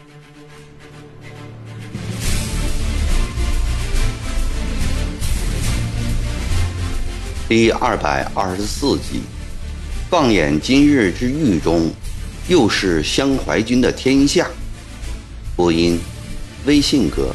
第224集，放眼今日之狱中，又是襄怀君的天下。播音：微信哥。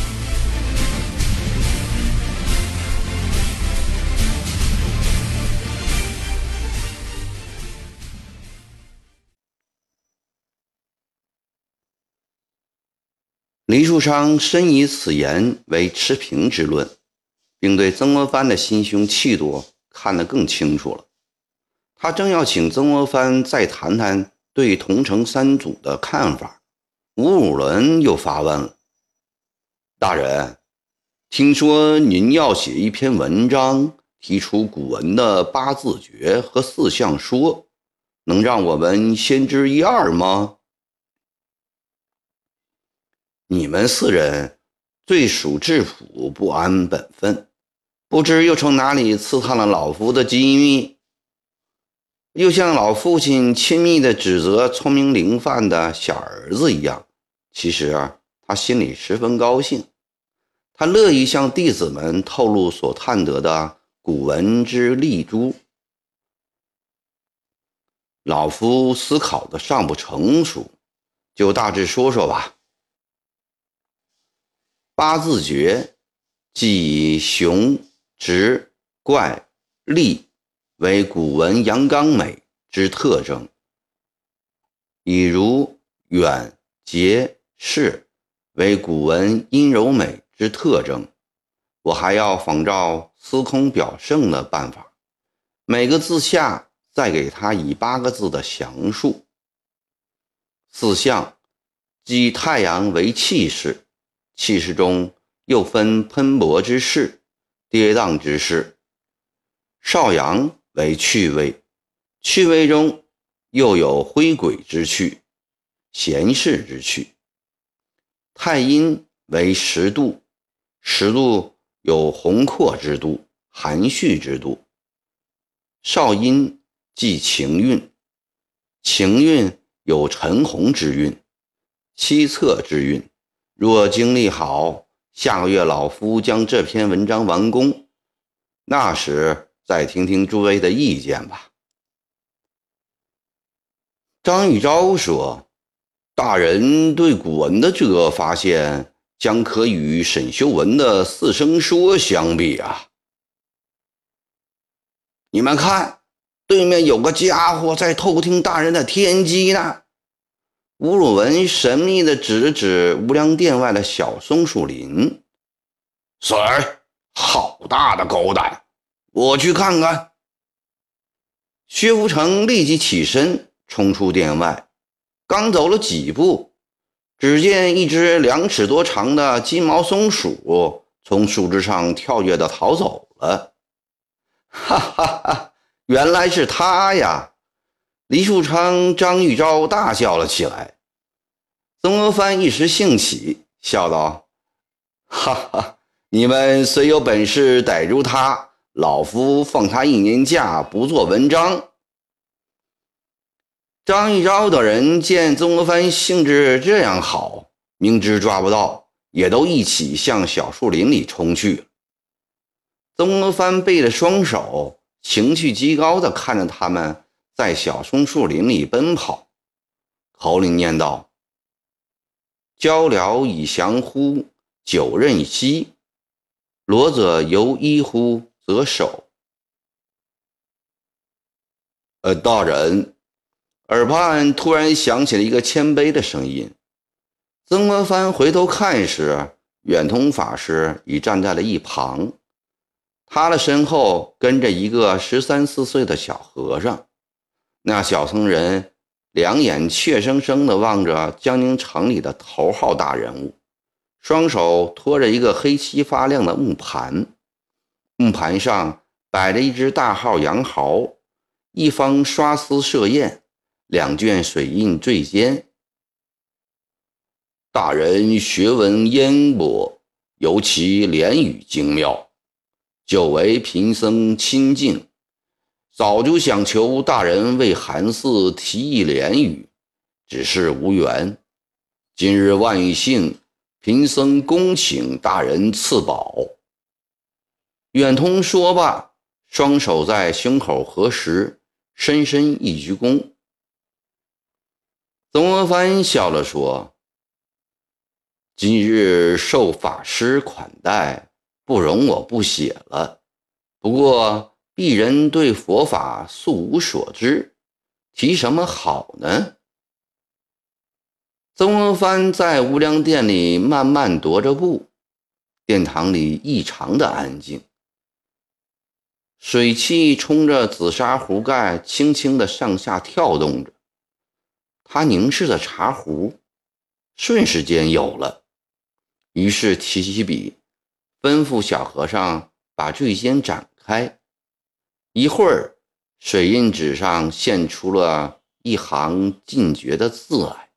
黎树昌深以此言为持平之论，并对曾国藩的心胸气度看得更清楚了。他正要请曾国藩再谈谈对桐城三组的看法，吴汝伦又发问了：大人，听说您要写一篇文章，提出古文的八字诀和四象说，能让我们先知一二吗？你们四人最属质朴，不安本分，不知又从哪里刺探了老夫的机密，又像老父亲亲密地指责聪明灵泛的小儿子一样。其实他心里十分高兴，他乐意向弟子们透露所探得的古文之丽珠。老夫思考的尚不成熟，就大致说说吧。八字诀即以雄、直、怪、厉为古文阳刚美之特征，以如、远、节、势为古文阴柔美之特征。我还要仿照司空表圣的办法，每个字下再给他以8个字的详述。四象即太阳为气势，气势中又分喷薄之势、跌宕之势。少阳为趣味，趣味中又有灰鬼之趣、闲适之趣。太阴为时度，时度有宏阔之度、含蓄之度。少阴即情韵，情韵有沉红之韵、凄恻之韵。若精力好，下个月老夫将这篇文章完工，那时再听听诸位的意见吧。张玉昭说：大人对古文的这个发现，将可与沈修文的四声说相比啊。你们看，对面有个家伙在偷听大人的天机呢。吴汝文神秘地指了指无量殿外的小松树林。谁？好大的狗胆！我去看看。薛福成立即起身冲出殿外，刚走了几步，只见一只2尺多长的金毛松鼠从树枝上跳跃地逃走了。哈哈哈，原来是他呀！黎树昌、张玉昭大笑了起来。曾国藩一时兴起，笑道：哈哈，你们虽有本事逮住他，老夫放他1年假，不做文章。张玉昭等人见曾国藩兴致这样好，明知抓不到，也都一起向小树林里冲去了。曾国藩背着双手，情绪极高地看着他们在小松树林里奔跑，口里念道：交了以降乎，久任息；罗者犹依乎，则守。大人，耳畔突然响起了一个谦卑的声音。曾国藩回头看时，远通法师已站在了一旁，他的身后跟着一个13、14岁的小和尚。那小僧人两眼怯生生地望着江宁城里的头号大人物，双手托着一个黑漆发亮的木盘，木盘上摆着一只大号羊毫，一方刷丝设砚，2卷水印坠肩。大人学问渊博，尤其联语精妙，久为贫僧亲近，早就想求大人为韩寺题一联语，只是无缘。 今日万幸，贫僧恭请大人赐宝。远通说罢，双手在胸口合十，深深一鞠躬。曾国藩笑了说：今日受法师款待，不容我不写了。不过鄙人对佛法素无所知，提什么好呢？曾国藩在无量殿里慢慢踱着步，殿堂里异常的安静，水汽冲着紫砂壶盖轻轻地上下跳动着。他凝视着茶壶，瞬时间有了，于是提起笔，吩咐小和尚把坠笺展开。一会儿，水印纸上现出了一行尽绝的字来：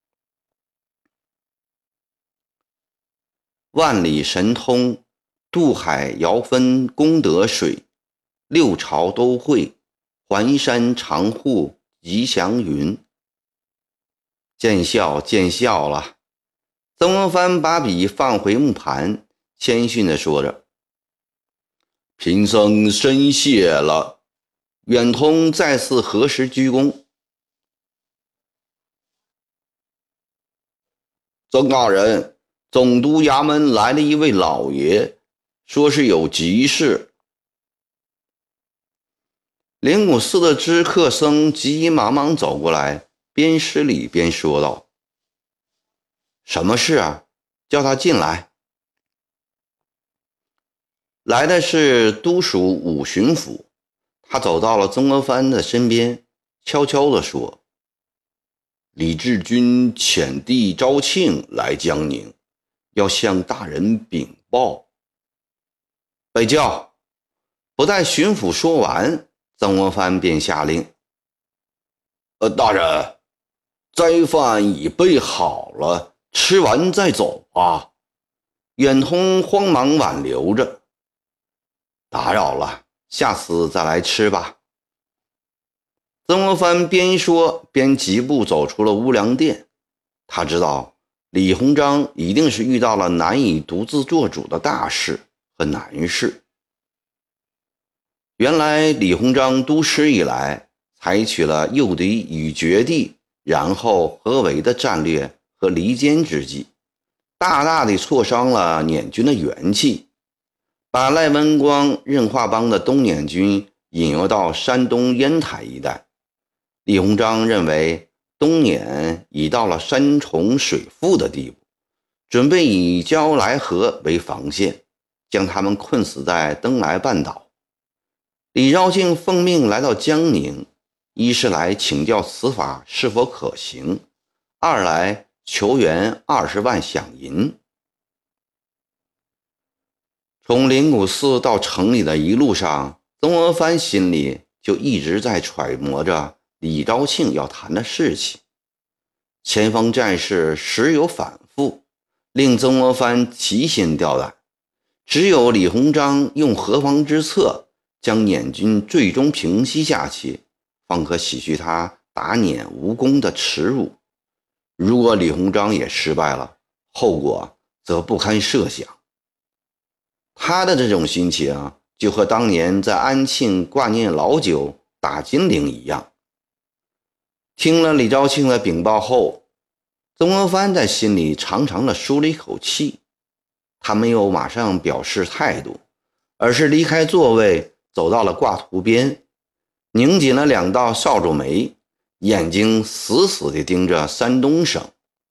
万里神通，渡海遥分功德水，六朝都会，环山长护吉祥云。见笑见笑了。曾国藩把笔放回木盘，谦逊地说着：贫僧深谢了。远通再次合十鞠躬。曾大人，总督衙门来了一位老爷，说是有急事。灵谷寺的知客僧急急忙忙走过来，边施礼边说道：什么事啊？叫他进来。来的是都署武巡抚，他走到了曾国藩的身边，悄悄地说：李治军遣弟昭庆来江宁，要向大人禀报。北叫。不待巡抚说完，曾国藩便下令：大人，斋饭已备好了，吃完再走吧。远通慌忙挽留着：打扰了，下次再来吃吧。曾国藩边说边疾步走出了乌良殿。他知道李鸿章一定是遇到了难以独自做主的大事和难事。原来李鸿章督师以来，采取了诱敌与绝地，然后合围的战略和离间之计，大大地挫伤了捻军的元气，把赖文光、任化邦的东捻军引诱到山东烟台一带。李鸿章认为东捻已到了山重水复的地步，准备以焦来河为防线，将他们困死在登莱半岛。李兆庆奉命来到江宁，一是来请教此法是否可行，二来求援20万饷银。从灵谷寺到城里的一路上，曾国藩心里就一直在揣摩着李兆庆要谈的事情。前方战事时有反复，令曾国藩提心吊胆。只有李鸿章用何方之策将捻军最终平息下去，方可洗去他打捻无功的耻辱。如果李鸿章也失败了，后果则不堪设想。他的这种心情就和当年在安庆挂念老九打金陵一样。听了李兆庆的禀报后，曾国藩在心里长长的舒了一口气。他没有马上表示态度，而是离开座位，走到了挂图边，拧紧了2道少皱眉，眼睛死死地盯着山东省。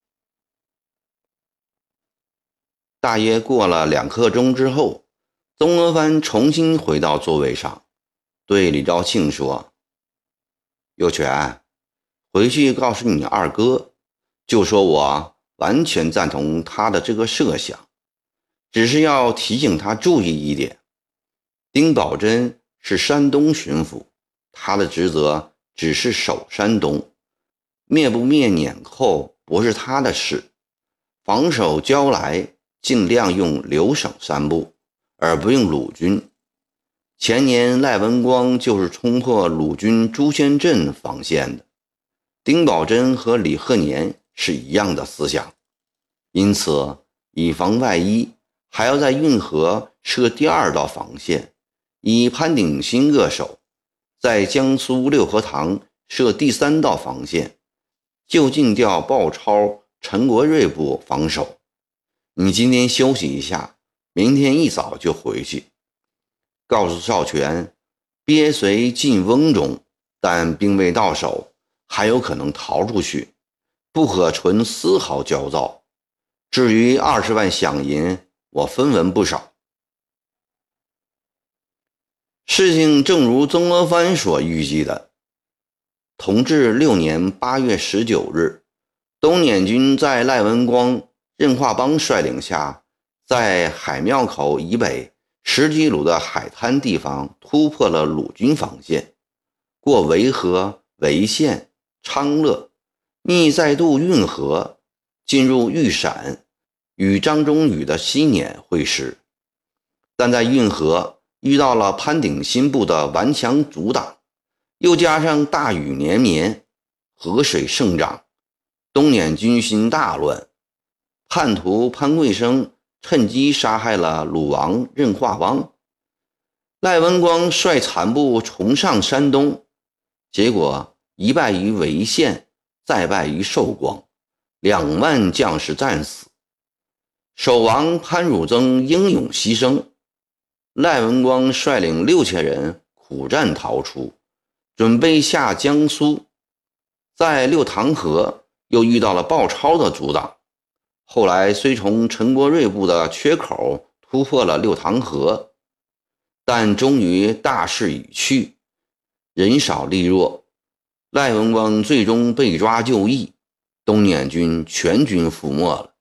大约过了2刻钟之后，曾国藩重新回到座位上，对李兆庆说：有权，回去告诉你二哥，就说我完全赞同他的这个设想，只是要提醒他注意一点，丁宝桢是山东巡抚，他的职责只是守山东，灭不灭捻寇不是他的事，防守交来尽量用留省3部，而不用鲁军。前年赖文光就是冲破鲁军朱仙镇防线的，丁宝桢和李鹤年是一样的思想。 因此以防万一，还要在运河设第二道防线，以潘鼎新扼守，在江苏六合塘设第三道防线，就近调鲍超、陈国瑞部防守。你今天休息一下，明天一早就回去。告诉邵全，鳖虽进瓮中，但并未到手，还有可能逃出去，不可存丝毫焦躁。至于20万饷银，我分文不少。事情正如曾国藩所预计的，同治6年8月19日，东捻军在赖文光、任化邦率领下，在海庙口以北10几鲁的海滩地方突破了鲁军防线，过维河、潍县、昌乐，逆再渡运河，进入玉陕，与张忠宇的西捻会师。但在运河遇到了潘鼎新部的顽强阻挡，又加上大雨连绵，河水盛涨，东捻军心大乱。叛徒潘贵生趁机杀害了鲁王任化邦。赖文光率残部重上山东，结果一败于潍县，再败于寿光，2万将士战死。守王潘汝增英勇牺牲，赖文光率领6000人苦战逃出，准备下江苏。在六塘河又遇到了鲍超的阻挡，后来虽从陈国瑞部的缺口突破了六塘河，但终于大势已去，人少力弱，赖文光最终被抓就义，东捻军全军覆没了。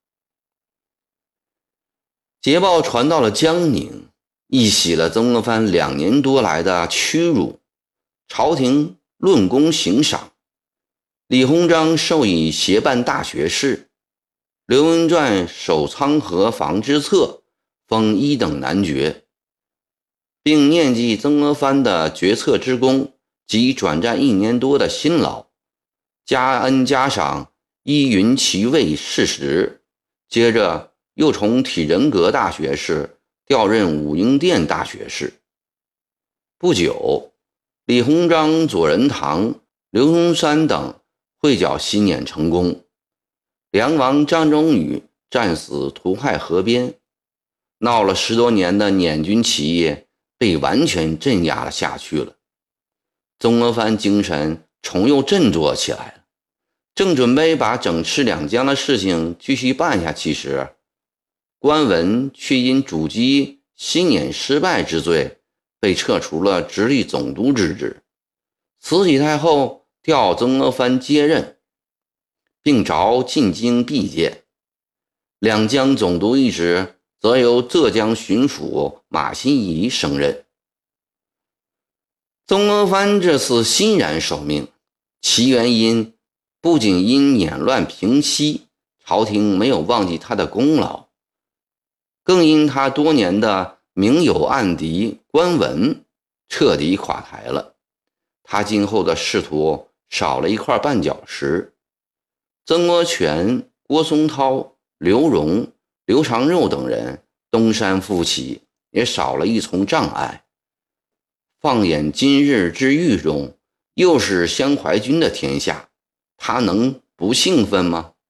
捷报传到了江宁，一洗了曾国藩2年多来的屈辱，朝廷论功行赏，李鸿章授以协办大学士，刘文传守仓河防之策，封1等男爵，并念记曾国藩的决策之功及转战1年多的辛劳，加恩加赏，依云其位事实。接着又从体仁阁大学士调任武英殿大学士。不久，李鸿章、左仁堂、刘宗三等会剿西捻成功，梁王张忠宇战死涂亥河边，闹了10多年的捻军起义被完全镇压了下去了。曾国藩精神重又振作起来了，正准备把整治两江的事情继续办下去时，官文却因阻击西捻失败之罪被撤除了直隶总督之职。慈禧太后调曾国藩接任，并着进京觐见。两江总督一职则由浙江巡抚马新贻升任。曾国藩这次欣然受命，其原因不仅因捻乱平息，朝廷没有忘记他的功劳，更因他多年的明友暗敌官文彻底垮台了，他今后的仕途少了一块绊脚石。曾国荃、郭松涛、刘荣、刘长肉等人东山复起，也少了一重障碍。放眼今日之狱中，又是湘淮军的天下，他能不兴奋吗？